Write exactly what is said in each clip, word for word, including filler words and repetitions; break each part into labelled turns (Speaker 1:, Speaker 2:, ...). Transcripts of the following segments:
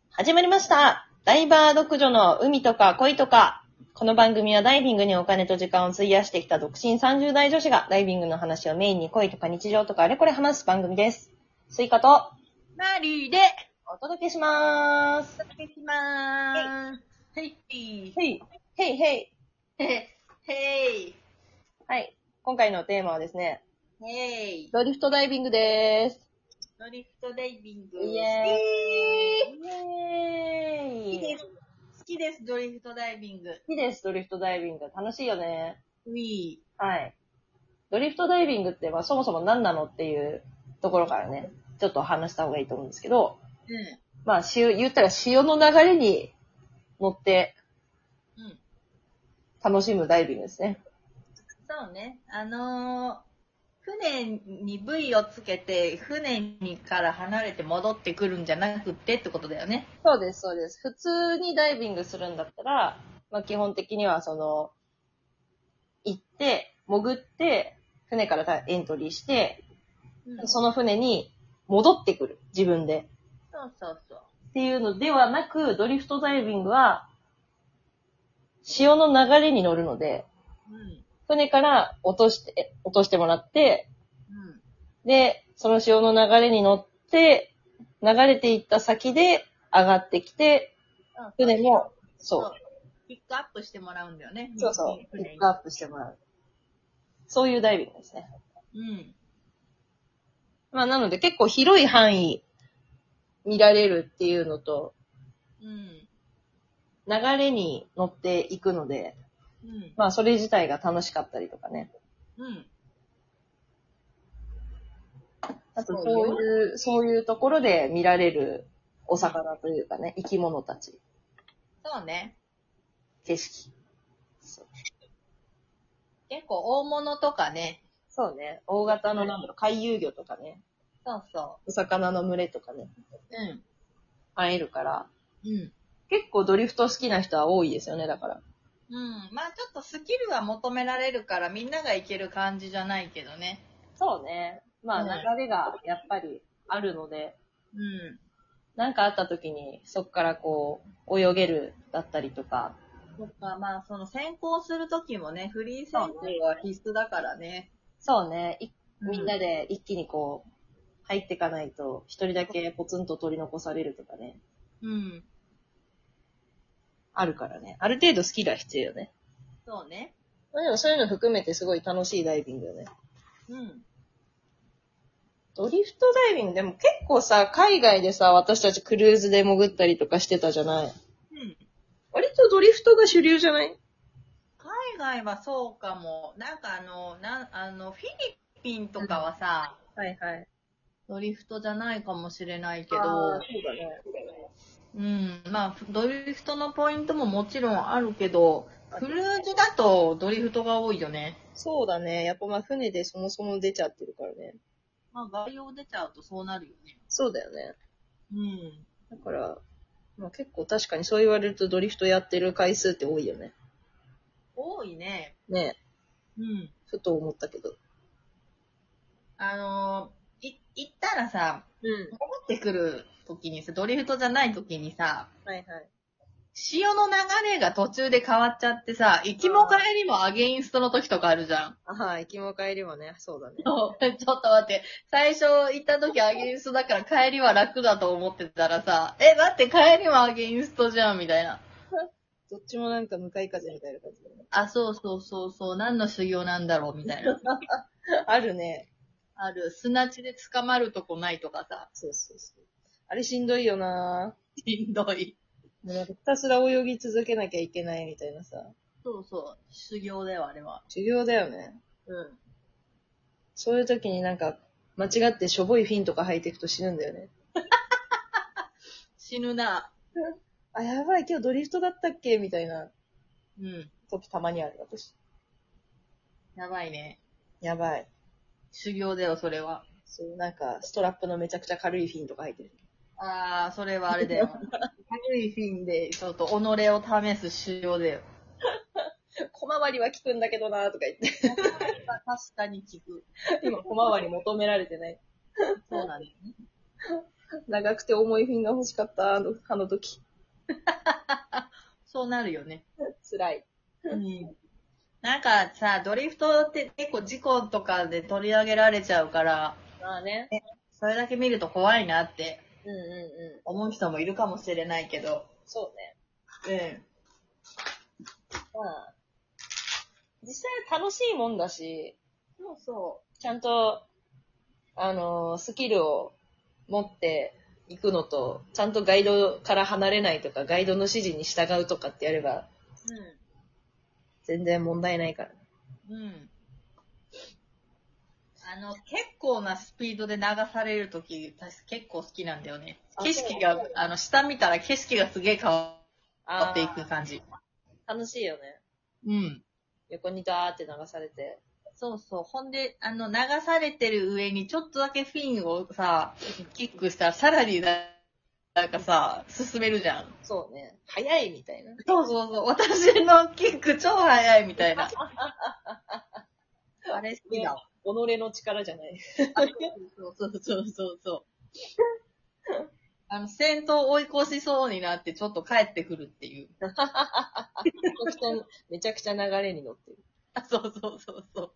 Speaker 1: 始まりました。ダイバー独女の海とか恋とか。この番組はダイビングにお金と時間を費やしてきた独身さんじゅう代女子がダイビングの話をメインに恋とか日常とかあれこれ話す番組です。スイカと
Speaker 2: マリーで
Speaker 1: お届けしまーす。
Speaker 2: お届けしまーす。へい。
Speaker 1: へい。へいへい。
Speaker 2: へへい。
Speaker 1: はい。今回のテーマはですね、
Speaker 2: へい。
Speaker 1: ドリフトダイビングでーす。
Speaker 2: ドリフトダイビング。
Speaker 1: イエーイ。イエーイ。
Speaker 2: 好きです。好きです、ドリフトダイビング。
Speaker 1: 好きです、ドリフトダイビング。楽しいよね。
Speaker 2: うい
Speaker 1: はい。ドリフトダイビングって、まあそもそも何なのっていうところからね、ちょっと話した方がいいと思うんですけど、
Speaker 2: うん。
Speaker 1: まあ潮、言ったら潮の流れに乗って
Speaker 2: うん。
Speaker 1: 楽しむダイビングですね。
Speaker 2: そうね。あのー、船にブイをつけて、船にから離れて戻ってくるんじゃなくってってことだよね。
Speaker 1: そうです、そうです。普通にダイビングするんだったら、まあ基本的にはその、行って、潜って、船からエントリーして、
Speaker 2: うん。
Speaker 1: その船に戻ってくる。自分で。
Speaker 2: そうそうそう。
Speaker 1: っていうのではなく、ドリフトダイビングは、潮の流れに乗るので、
Speaker 2: うん。
Speaker 1: 船から落として、落としてもらって、
Speaker 2: うん。
Speaker 1: で、その潮の流れに乗って、流れていった先で上がってきて、船も、そう。
Speaker 2: ピックアップしてもらうんだよね。
Speaker 1: そうそう。ピ
Speaker 2: 船に
Speaker 1: ックアップしてもらう。そういうダイビングですね。
Speaker 2: うん。
Speaker 1: まあなので結構広い範囲見られるっていうのと、
Speaker 2: うん。
Speaker 1: 流れに乗っていくので、
Speaker 2: うん。
Speaker 1: まあそれ自体が楽しかったりとかね。
Speaker 2: うん。
Speaker 1: あとそういう、そういうところで見られるお魚というかね、生き物たち。
Speaker 2: そうね。
Speaker 1: 景色。そう
Speaker 2: 結構大物とかね。
Speaker 1: そうね。大型のなんだろう、回遊魚とかね。
Speaker 2: そうそ
Speaker 1: お魚の群れとかね。
Speaker 2: う。うん。
Speaker 1: 会えるから。
Speaker 2: うん。
Speaker 1: 結構ドリフト好きな人は多いですよね、だから。
Speaker 2: うん。まあちょっとスキルは求められるからみんながいける感じじゃないけどね。
Speaker 1: そうね。まあ
Speaker 2: うん
Speaker 1: 流れがやっぱりあるので、
Speaker 2: うん。
Speaker 1: なんかあった時にそこからこう泳げるだったりとか。
Speaker 2: そっか、まあその先行するときもね、フリー先行は必須だからね。
Speaker 1: そうね。い
Speaker 2: うん
Speaker 1: みんなで一気にこう入っていかないと一人だけポツンと取り残されるとかね。
Speaker 2: うん。
Speaker 1: あるからね。ある程度スキルは必要よね。
Speaker 2: そうね。
Speaker 1: まあでもそういうの含めてすごい楽しいダイビングよね。
Speaker 2: うん。
Speaker 1: ドリフトダイビングでも結構さ、海外でさ、私たちクルーズで潜ったりとかしてたじゃない。
Speaker 2: うん。
Speaker 1: 割とドリフトが主流じゃない？
Speaker 2: 海外はそうかも。なんかあの、なん、あの、フィリピンとかはさ、
Speaker 1: はいはい。
Speaker 2: ドリフトじゃないかもしれないけ
Speaker 1: あ
Speaker 2: ど、
Speaker 1: ーそうだね。
Speaker 2: うん、まあ、ドリフトのポイントももちろんあるけど、クルーズだとドリフトが多いよね。
Speaker 1: そうだね。やっぱまあ船でそもそも出ちゃってるからね。
Speaker 2: まあ、概要出ちゃうとそうなるよね。
Speaker 1: そうだよね。
Speaker 2: うん。
Speaker 1: だから、まあ結構確かにそう言われるとドリフトやってる回数って多いよね。
Speaker 2: 多いね。
Speaker 1: ね
Speaker 2: うん。
Speaker 1: え、ふと思ったけど。
Speaker 2: あのー、い、行ったらさ、
Speaker 1: うん。
Speaker 2: 戻ってくる時にさ、ドリフトじゃない時にさ、
Speaker 1: はいはい。
Speaker 2: 潮の流れが途中で変わっちゃってさ、行きも帰りもアゲインストの時とかあるじゃん。
Speaker 1: あはい、行きも帰りもね、そうだね。
Speaker 2: そうちょっと待って。最初行った時アゲインストだから帰りは楽だと思ってたらさ、え、待って帰りもアゲインストじゃんみたいな。
Speaker 1: どっちもなんか向かい風みたいな感じだね。
Speaker 2: あ、そうそうそうそう、何の修行なんだろうみたいな。
Speaker 1: あるね。
Speaker 2: ある、砂地で捕まるとこないとかさ、
Speaker 1: そうそうそう。あれしんどいよな
Speaker 2: しんどい。
Speaker 1: もうなんかひたすら泳ぎ続けなきゃいけないみたいなさ。
Speaker 2: そうそう、修行だよ、あれは。
Speaker 1: 修行だよね。
Speaker 2: うん。
Speaker 1: そういう時になんか、間違ってしょぼいフィンとか履いていくと死ぬんだよね。
Speaker 2: 死ぬな。
Speaker 1: あ、やばい、今日ドリフトだったっけみたいな
Speaker 2: うん。
Speaker 1: 時たまにある、私。
Speaker 2: やばいね。
Speaker 1: やばい。
Speaker 2: 修行だよ、それは。
Speaker 1: そう、なんか、ストラップのめちゃくちゃ軽いフィンとか履いてる。
Speaker 2: あー、それはあれだよ。軽いフィンで、ちょっと己を試す修行だよ。
Speaker 1: 小回りは効くんだけどなとか言って。
Speaker 2: 確かに聞く。
Speaker 1: 今小回り求められてない。
Speaker 2: そうなんだよね。
Speaker 1: 長くて重いフィンが欲しかった、あの、あの時。
Speaker 2: そうなるよね。
Speaker 1: 辛い。
Speaker 2: うん。なんかさ、ドリフトって結構事故とかで取り上げられちゃうから、
Speaker 1: まあね。
Speaker 2: それだけ見ると怖いなって
Speaker 1: うんうんうん。
Speaker 2: 思う人もいるかもしれないけど。
Speaker 1: そうね。
Speaker 2: うん。
Speaker 1: まあ、実際楽しいもんだし、
Speaker 2: そうそ
Speaker 1: ちゃんと、あのースキルを持っていくのと、ちゃんとガイドから離れないとか、ガイドの指示に従うとかってやれば、全然問題ないから。
Speaker 2: う。うん。うん。あの、結構なスピードで流されるとき、私結構好きなんだよね。景色が、あの、下見たら景色がすげえ変わっていく感じ。
Speaker 1: 楽しいよね。
Speaker 2: うん。
Speaker 1: 横にダーって流されて。
Speaker 2: そうそう。ほんで、あの、流されてる上にちょっとだけフィンをさ、キックしたらさらにな、なんかさ、進めるじゃん。
Speaker 1: そうね。早いみたいな。
Speaker 2: そうそうそう。私のキック超速いみたいな。あれ好きだわ。
Speaker 1: 己の力じゃない。
Speaker 2: そうそうそうそうそう。あの、先頭追い越しそうになってちょっと帰ってくるっていう。
Speaker 1: めちゃくちゃ流れに乗ってる。
Speaker 2: あ、そうそうそうそう。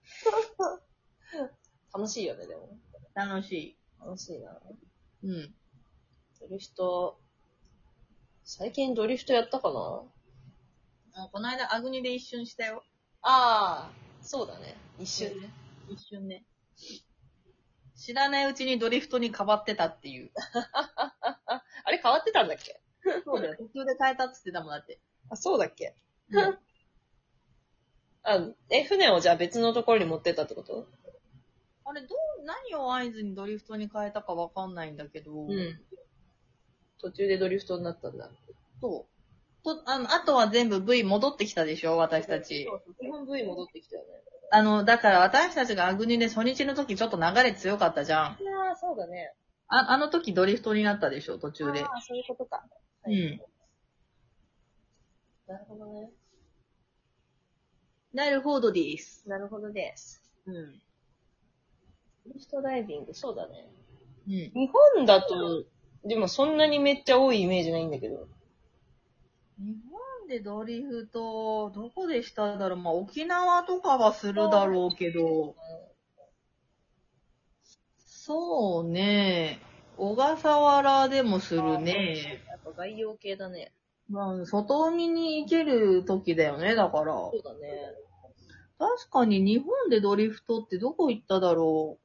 Speaker 1: 楽しいよね、でも。
Speaker 2: 楽しい。
Speaker 1: 楽しいな。
Speaker 2: うん。
Speaker 1: ドリフト、最近ドリフトやったかな？
Speaker 2: あ、この間、アグニで一瞬したよ。
Speaker 1: ああ、そうだね。一瞬ね。
Speaker 2: 一瞬ね。知らないうちにドリフトに変わってたっていう。
Speaker 1: あれ変わってたんだっけ？
Speaker 2: そうだよ。途中で変えたって言ってたもんだって。
Speaker 1: あ、そうだっけ？
Speaker 2: うん、
Speaker 1: あ、え、船をじゃあ別のところに持ってったってこと？
Speaker 2: あれ、どう、何を合図にドリフトに変えたかわかんないんだけど。
Speaker 1: うん。途中でドリフトになったんだ。
Speaker 2: そう。と、あの、あとは全部 V 戻ってきたでしょ私たち。
Speaker 1: そうそう、基本 V 戻ってきたよね。
Speaker 2: あの、だから私たちがアグニで初日の時ちょっと流れ強かったじゃん。
Speaker 1: ああ、そうだね。
Speaker 2: あ、あの時ドリフトになったでしょ途中で。
Speaker 1: ああ、そういうことか。
Speaker 2: うん。
Speaker 1: なるほどね。
Speaker 2: なるほどです。
Speaker 1: なるほどです。
Speaker 2: うん。
Speaker 1: ドリフトダイビング、そうだね。
Speaker 2: うん。
Speaker 1: 日本だと、でもそんなにめっちゃ多いイメージないんだけど。
Speaker 2: 日本でドリフト、どこでしただろうまあ、沖縄とかはするだろうけど、そうね。小笠原でもするね。
Speaker 1: やっぱ外洋系だね。
Speaker 2: まあ、外海に行ける時だよね、だから。
Speaker 1: そうだね。
Speaker 2: 確かに日本でドリフトってどこ行っただろ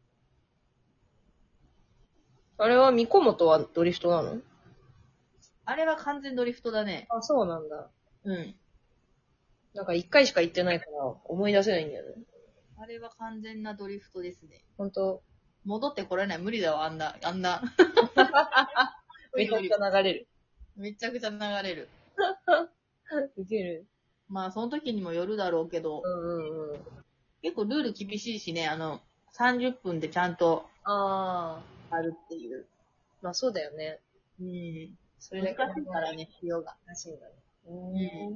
Speaker 1: あれはミコモトはドリフトなの？
Speaker 2: う。あれは完全ドリフトだね。
Speaker 1: あ、そうなんだ。
Speaker 2: うん。
Speaker 1: なんか一回しか行ってないから思い出せないんだよね。
Speaker 2: あれは完全なドリフトですね。
Speaker 1: ほんと。
Speaker 2: 戻ってこれない。無理だわ、あんな、あんな。
Speaker 1: めちゃくちゃ流れる。
Speaker 2: めちゃくちゃ流れる。
Speaker 1: ウケる。
Speaker 2: まあ、その時にもよるだろうけど、
Speaker 1: うんうんうん。
Speaker 2: 結構ルール厳しいしね、あの、さんじゅっぷんでちゃんと
Speaker 1: ああ。
Speaker 2: あるっていう。
Speaker 1: まあそうだよね。
Speaker 2: うん。
Speaker 1: それだけ
Speaker 2: 難しいからね、仕様が。
Speaker 1: 難しいんだね。う
Speaker 2: うん。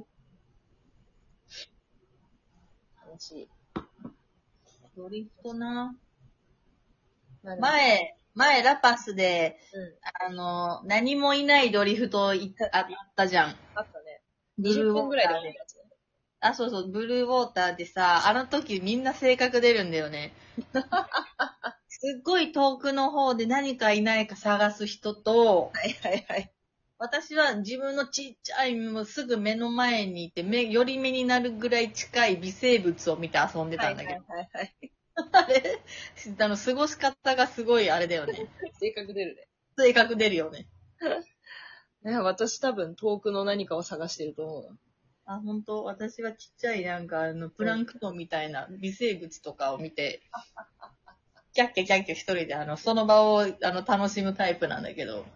Speaker 1: 楽しい。
Speaker 2: ドリフトな。
Speaker 1: 前、
Speaker 2: 前、前ラパスで、
Speaker 1: うん。
Speaker 2: あの、何もいないドリフトいあったじゃん。
Speaker 1: あったね。
Speaker 2: ブルー
Speaker 1: にじゅっぷんぐらいで
Speaker 2: ウォーター
Speaker 1: 終わるやつね。
Speaker 2: あ、そうそう、ブルーウォーターでさ、あの時みんな性格出るんだよね。すっごい遠くの方で何かいないか探す人と、
Speaker 1: はいはいはい。
Speaker 2: 私は自分のちっちゃい、もうすぐ目の前にいて、目、より目になるぐらい近い微生物を見て遊んでたんだけど。
Speaker 1: はいはいはいはい。
Speaker 2: あれあの、過ごし方がすごいあれだよね。
Speaker 1: 性格出るね。
Speaker 2: 性格出るよね。
Speaker 1: ね、私多分遠くの何かを探してると思うな。
Speaker 2: あ、本当私はちっちゃいなんかあの、プランクトンみたいな微生物とかを見て、キャッキャキャッキャ一人であの、その場をあの、楽しむタイプなんだけど。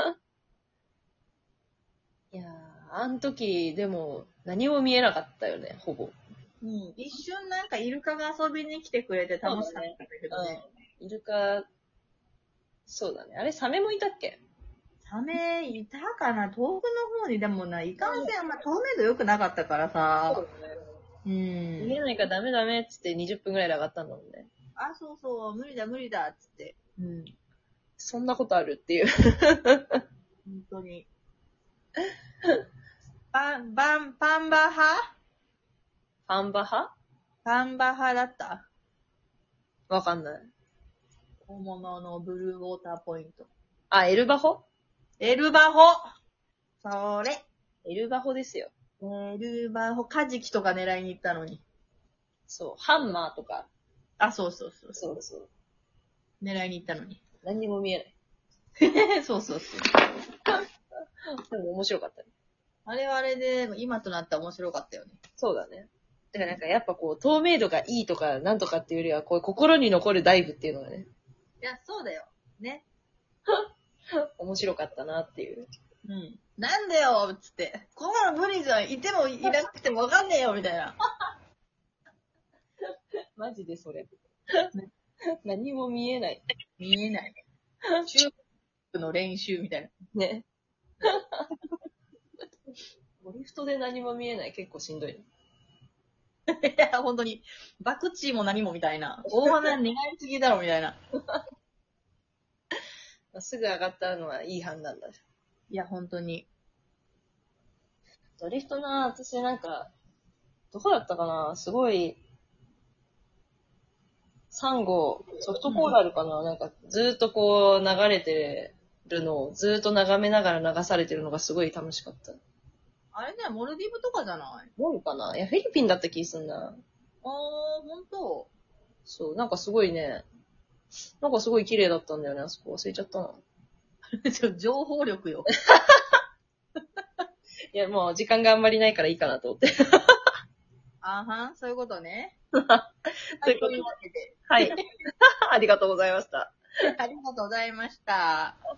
Speaker 1: いやー、あの時、でも、何も見えなかったよね、ほぼ。
Speaker 2: うん。一瞬なんかイルカが遊びに来てくれて楽しかったんだけどね。
Speaker 1: うん。イルカ、そうだね。あれ、サメもいたっけ？
Speaker 2: サメいたかな遠くの方にでもな、いかんせんあんま透明度良くなかったからさ。
Speaker 1: そうだね。
Speaker 2: うん。
Speaker 1: 見えないからダメダメっつってにじゅっぷんぐらいで上がったんだもんね。
Speaker 2: あ、そうそう、無理だ無理だっつって。
Speaker 1: うん。 そんなことあるっていう。
Speaker 2: 本当に。パン、バン、パンバ派
Speaker 1: パンバ派
Speaker 2: パンバ派だった
Speaker 1: わかんない。
Speaker 2: 大物のブルーウォーターポイント。
Speaker 1: あ、エルバホ
Speaker 2: エルバホそれ。
Speaker 1: エルバホですよ。
Speaker 2: エルバホ、カジキとか狙いに行ったのに。
Speaker 1: そう。ハンマーとか。
Speaker 2: あ、そうそうそう。
Speaker 1: そうそう。
Speaker 2: 狙いに行ったのに。
Speaker 1: 何にも見え
Speaker 2: ない。そうそうそう。
Speaker 1: でも面白かったね。
Speaker 2: あれはあれで、今となっては面白かったよね。
Speaker 1: そうだね。だからなんかやっぱこう、透明度がいいとかなんとかっていうよりは、こう心に残るダイブっていうのがね。
Speaker 2: いや、そうだよ。ね。
Speaker 1: 面白かったなっていう。
Speaker 2: うん。なんだよつって。こんなの無理じゃん。いてもいなくてもわかんねえよみたいな。
Speaker 1: マジでそれ。何も見えない。
Speaker 2: 見えない。中国の練習みたいな。
Speaker 1: ね。リフトで何も見えない。結構しんどい。
Speaker 2: いや、本当に。バクチーも何もみたいな。大花願いすぎだろみたいな。
Speaker 1: すぐ上がったのはいい判断だ。
Speaker 2: いや、本当に。
Speaker 1: ドリフトな、私なんか、どこだったかなすごい、サンゴ、ソフトコーラルかな、うん、なんかずーっとこう流れてるのをずーっと眺めながら流されてるのがすごい楽しかった。
Speaker 2: あれね、モルディブとかじゃない
Speaker 1: モルかないや、フィリピンだった気すんな。
Speaker 2: あー、ほんと
Speaker 1: そう、なんかすごいね、なんかすごい綺麗だったんだよね、あそこ忘れちゃったな。
Speaker 2: ちょ、情報力よ。
Speaker 1: いや、もう時間があんまりないからいいかなと思って。
Speaker 2: あはん、そういうことね。
Speaker 1: ということで。はい。ありがとうございました。
Speaker 2: ありがとうございました。